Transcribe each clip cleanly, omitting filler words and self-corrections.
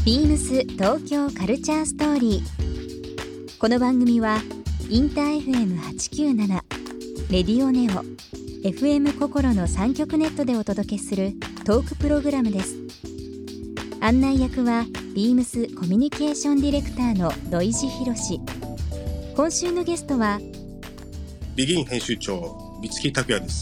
ビームス東京カルチャーストーリー。この番組はインター FM897 レディオネオ FM 心の3極ネットでお届けするトークプログラムです。案内役はビームスコミュニケーションディレクターの土井博志。今週のゲストはビギン編集長三月拓也です。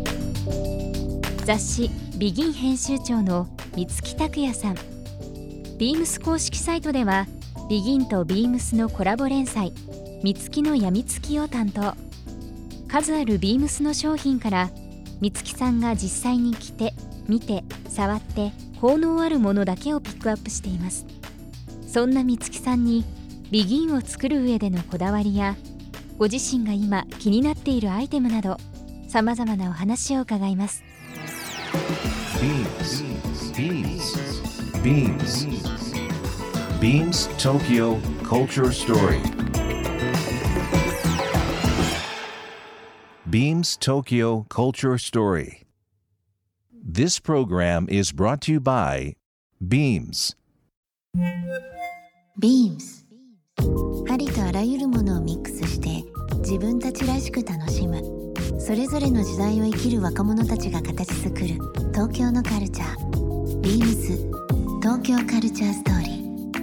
雑誌ビギン編集長の三月拓也さん。ビームス公式サイトではビギンとビームスのコラボ連載三月のやみつきを担当。数あるビームスの商品から三月さんが実際に着て見て触って効能あるものだけをピックアップしています。そんな三月さんにビギンを作る上でのこだわりやご自身が今気になっているアイテムなどさまざまなお話を伺います。 Beams Tokyo Culture Story. Beams Tokyo Culture Story. This program is brought to you by Beams. Beams ありとあらゆるものをミックスして自分たちらしく楽しむ、それぞれの時代を生きる若者たちが形作る東京のカルチャー。 Beams 東京カルチャーストーリー。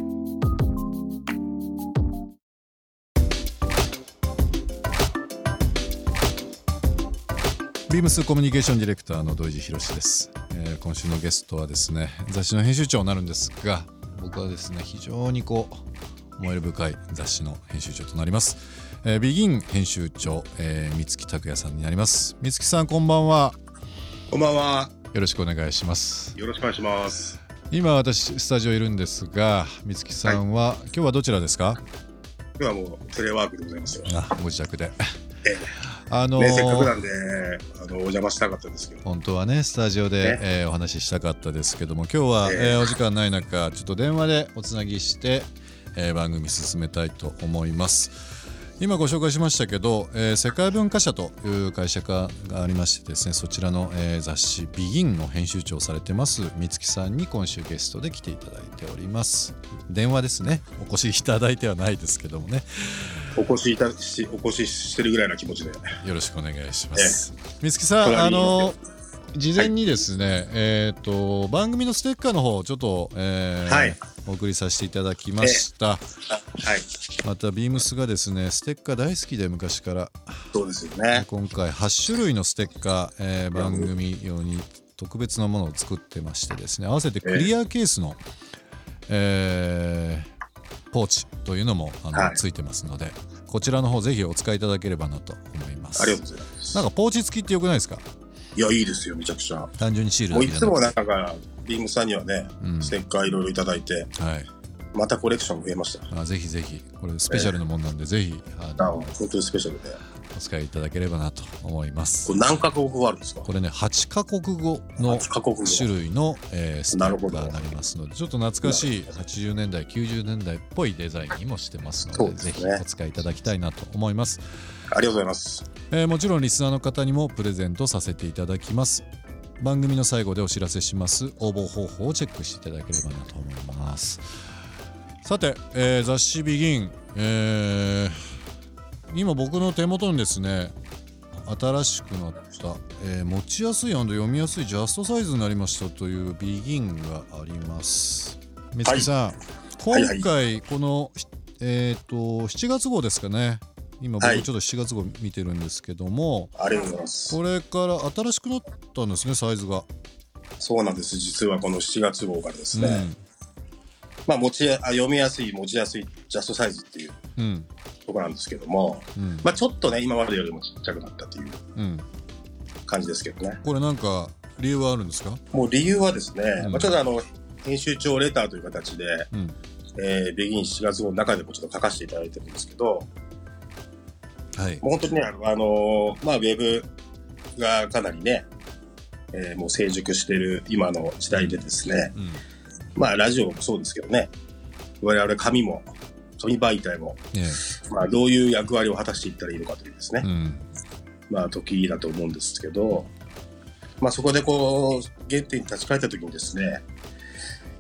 ビームスコミュニケーションディレクターの土井博志です。今週のゲストはですね、雑誌の編集長になるんですが、僕はですね非常に思い出深い雑誌の編集長となります。ビギン編集長、三月拓也さんになります。三月さん、こんばんは。 こんばんは。 よろしくお願いします。 よろしくお願いします。 今私スタジオいるんですが、三月さんは、今日はどちらですか？ 今日はもうテレワークでございますよ。 ご自宅でね、せっかくなんでお邪魔したかったですけど、 本当はねスタジオで、お話ししたかったですけども、今日は、お時間ない中ちょっと電話でおつなぎして、番組進めたいと思います。今ご紹介しましたけど、世界文化社という会社がありましてですね、そちらの、雑誌ビギンの編集長をされてます三月さんに今週ゲストで来ていただいております。電話ですね。お越しいただいてはないですけどもね、 お越ししてるぐらいな気持ちでよろしくお願いします。三月さん、事前にですね、番組のステッカーの方をちょっと、お送りさせていただきました。またビームスがですねステッカー大好きで昔から。 そうですよね。 今回8種類のステッカー、番組用に特別なものを作ってましてですね、合わせてクリアケースの、ポーチというのもついてますので、こちらの方ぜひお使いいただければなと思います。 ありがとうございます。 なんかポーチ付きってよくないですか？ いや、いいですよ、めちゃくちゃ。 単純にシールだけじゃなくて、 もういつもなんかビームさんにはね、ステッカーいろいろいただいて、またコレクション増えました。 ぜひぜひ、これスペシャルなもんなんで、ぜひ本当にスペシャルでお使いいただければなと思います。 これ何カ国語あるんですか？ これね、8カ国語の種類のステッカーになりますので、ちょっと懐かしい80年代90年代っぽいデザインにもしてますので、ぜひお使いいただきたいなと思います。 ありがとうございます。 もちろんリスナーの方にもプレゼントさせていただきます。番組の最後でお知らせします応募方法をチェックしていただければなと思います。さて、雑誌ビギン、今僕の手元にですね新しくなった、持ちやすい&読みやすいジャストサイズになりましたというビギンがあります。三月さん、今回この、7月号ですかね。今僕ちょっと7月号見てるんですけども、 ありがとうございます。 これから新しくなったんですね、サイズが。 そうなんです。実はこの7月号からですね、読みやすい持ちやすいジャストサイズっていうところなんですけども、ちょっとね今までよりもちっちゃくなったという感じですけどね。 これなんか理由はあるんですか？ もう理由はですね、ちょっと編集長レターという形で、ビギン7月号の中でもちょっと書かせていただいてるんですけど、もう本当にね、ウェブがかなりね、もう成熟している今の時代でですね、ラジオもそうですけどね、我々紙媒体も、どういう役割を果たしていったらいいのかというですね、時だと思うんですけど、そこで原点に立ち返った時にですね、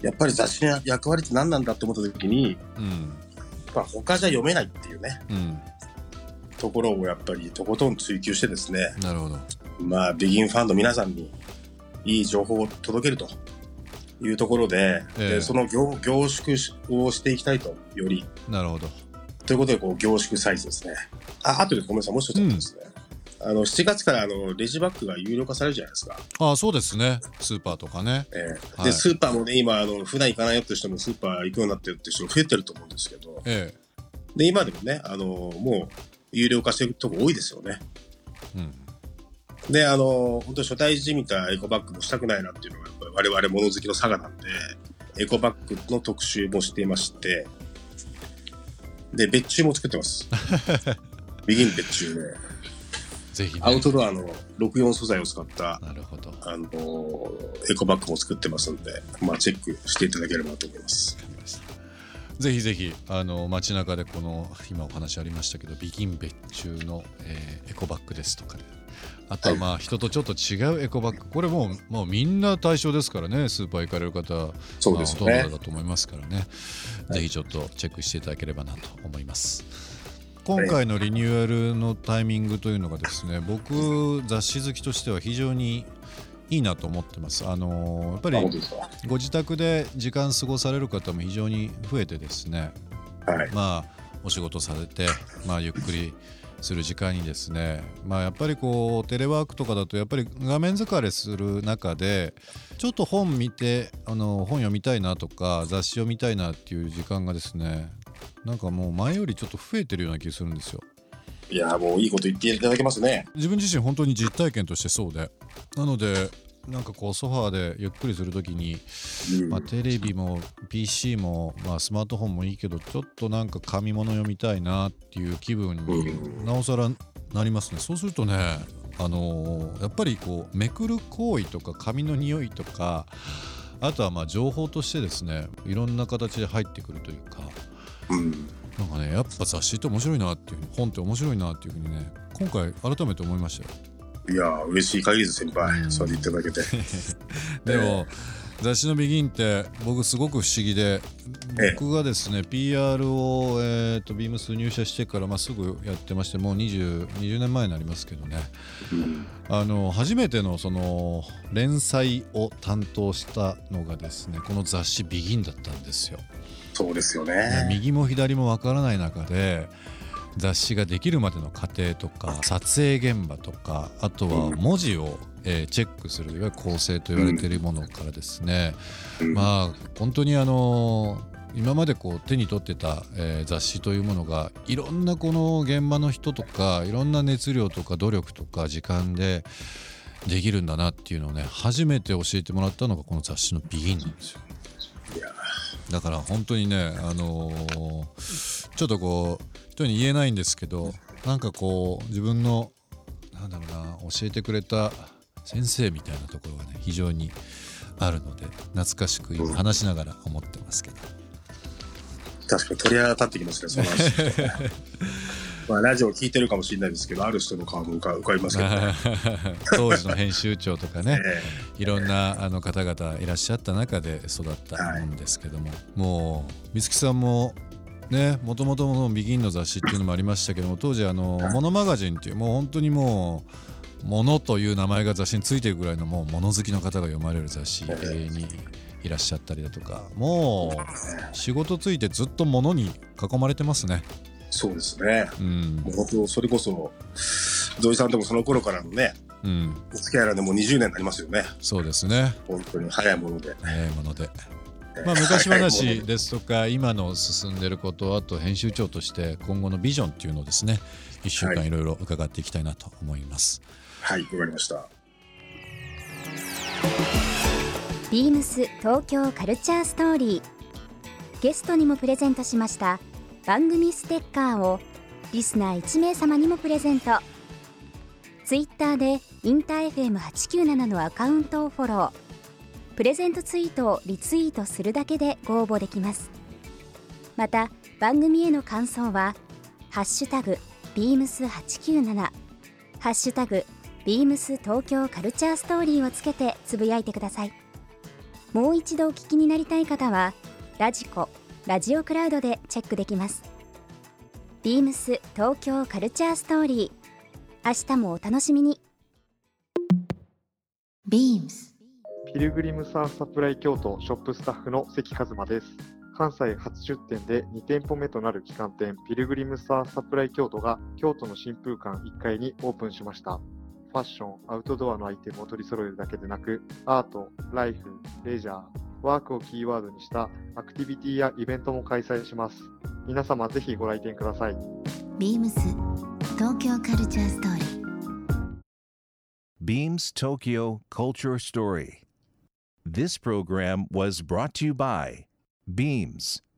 やっぱり雑誌の役割って何なんだって思った時に、他じゃ読めないっていうね、ところをやっぱりとことん追求してですね。 なるほど。 ビギンファンの皆さんにいい情報を届けるというところで、その凝縮をしていきたいと、より。 なるほど。 ということで凝縮サイズですね。あとでごめんなさい、もう一つですね。7月からレジバッグが有料化されるじゃないですか。 そうですね。スーパーとかね。 でスーパーもね、今普段行かないよって人もスーパー行くようになってるって人が増えてると思うんですけど、で今でもねもう有料化してるとこ多いですよね。で本当初対じみたエコバッグもしたくないなっていうのがやっぱり我々物好きの差がなんで、エコバッグの特集もしていまして、で別注も作ってますビギン別注で、ぜひね、アウトドアの64素材を使ったなるほどエコバッグも作ってますので、チェックしていただければと思います。 ぜひぜひ街中でこの今お話ありましたけど、ビギン別注の、エコバッグですとか、あとは人とちょっと違うエコバッグ、これもうみんな対象ですからね。スーパー行かれる方、 そうですね、 ほとんどだと思いますからね、ぜひちょっとチェックしていただければなと思います。今回のリニューアルのタイミングというのがですね、僕雑誌好きとしては非常にいいなと思ってます。やっぱりご自宅で時間過ごされる方も非常に増えてですね、お仕事されて、ゆっくりする時間にですね、やっぱりテレワークとかだとやっぱり画面疲れする中で、ちょっと本見て本読みたいなとか雑誌を見たいなっていう時間がですね、なんかもう前よりちょっと増えてるような気がするんですよ。 いやもういいこと言っていただけますね。 自分自身本当に実体験としてそうで、なのでなんかソファーでゆっくりするときに、テレビも PC も、スマートフォンもいいけど、ちょっとなんか紙物読みたいなっていう気分になおさらなりますね。そうするとね、やっぱりめくる行為とか紙の匂いとか、あとは情報としてですね、いろんな形で入ってくるというか、なんかね、やっぱ雑誌って面白いなっていう、本って面白いなっていうふうにね、今回改めて思いましたよ。 いや嬉しい限りです先輩、そう言っていただけてでも雑誌のビギンって僕すごく不思議で、僕がですね PR を、ビームス入社してからすぐやってまして、もう20年前になりますけどね、初めてのその連載を担当したのがですね、この雑誌ビギンだったんですよ。 そうですよね。 右も左もわからない中で雑誌ができるまでの過程とか、撮影現場とか、あとは文字を、チェックする、いわゆる構成と言われているものからですね、本当に今まで手に取ってた、雑誌というものがいろんなこの現場の人とか、いろんな熱量とか努力とか時間でできるんだなっていうのをね、初めて教えてもらったのがこの雑誌のビギンなんですよ。だから本当にね、ちょっと人に言えないんですけど、なんか自分の教えてくれた先生みたいなところがね、非常にあるので、懐かしく今話しながら思ってますけど、 確かに鳥肌立ってきますね、その話ラジオ聞いてるかもしれないですけど、ある人の顔も浮かびますけどね当時の編集長とかね、いろんな方々いらっしゃった中で育ったもんですけども、もう美月さんもね、もともとのビギンの雑誌っていうのもありましたけども、当時モノマガジンっていう、もう本当にもうモノという名前が雑誌についてるぐらいのもう物好きの方が読まれる雑誌にいらっしゃったりだとか、もう仕事ついてずっと物に囲まれてますね。 そうですね、もう本当それこそ土井さんともその頃からのね、お付き合いなんでもう20年になりますよね。 そうですね、 本当に早いもので昔話ですとか、今の進んでること、あと編集長として今後のビジョンっていうのをですね、1週間いろいろ伺っていきたいなと思います。 はい、わかりました。 ビームス東京カルチャーストーリー、ゲストにもプレゼントしました番組ステッカーをリスナー1名様にもプレゼント。ツイッターでインター FM897 のアカウントをフォロー、プレゼントツイートをリツイートするだけでご応募できます。また番組への感想はハッシュタグビームス897、ハッシュタグビームス東京カルチャーストーリーをつけてつぶやいてください。 もう一度お聞きになりたい方はラジコ、ラジオクラウドでチェックできます。ビームス東京カルチャーストーリー、明日もお楽しみに。 ビームスピルグリムサーサプライ京都ショップスタッフの関一馬です。関西初出店で2店舗目となる旗艦店ピルグリムサーサプライ京都が京都の新風館1階にオープンしました。ファッション、アウトドアのアイテムを取り揃えるだけでなく、アート、ライフ、レジャー、ワークをキーワードにしたアクティビティやイベントも開催します。皆様ぜひご来店ください。 ビームス東京カルチャーストーリー。 Beams Tokyo Culture Story. This program was brought to you by Beams.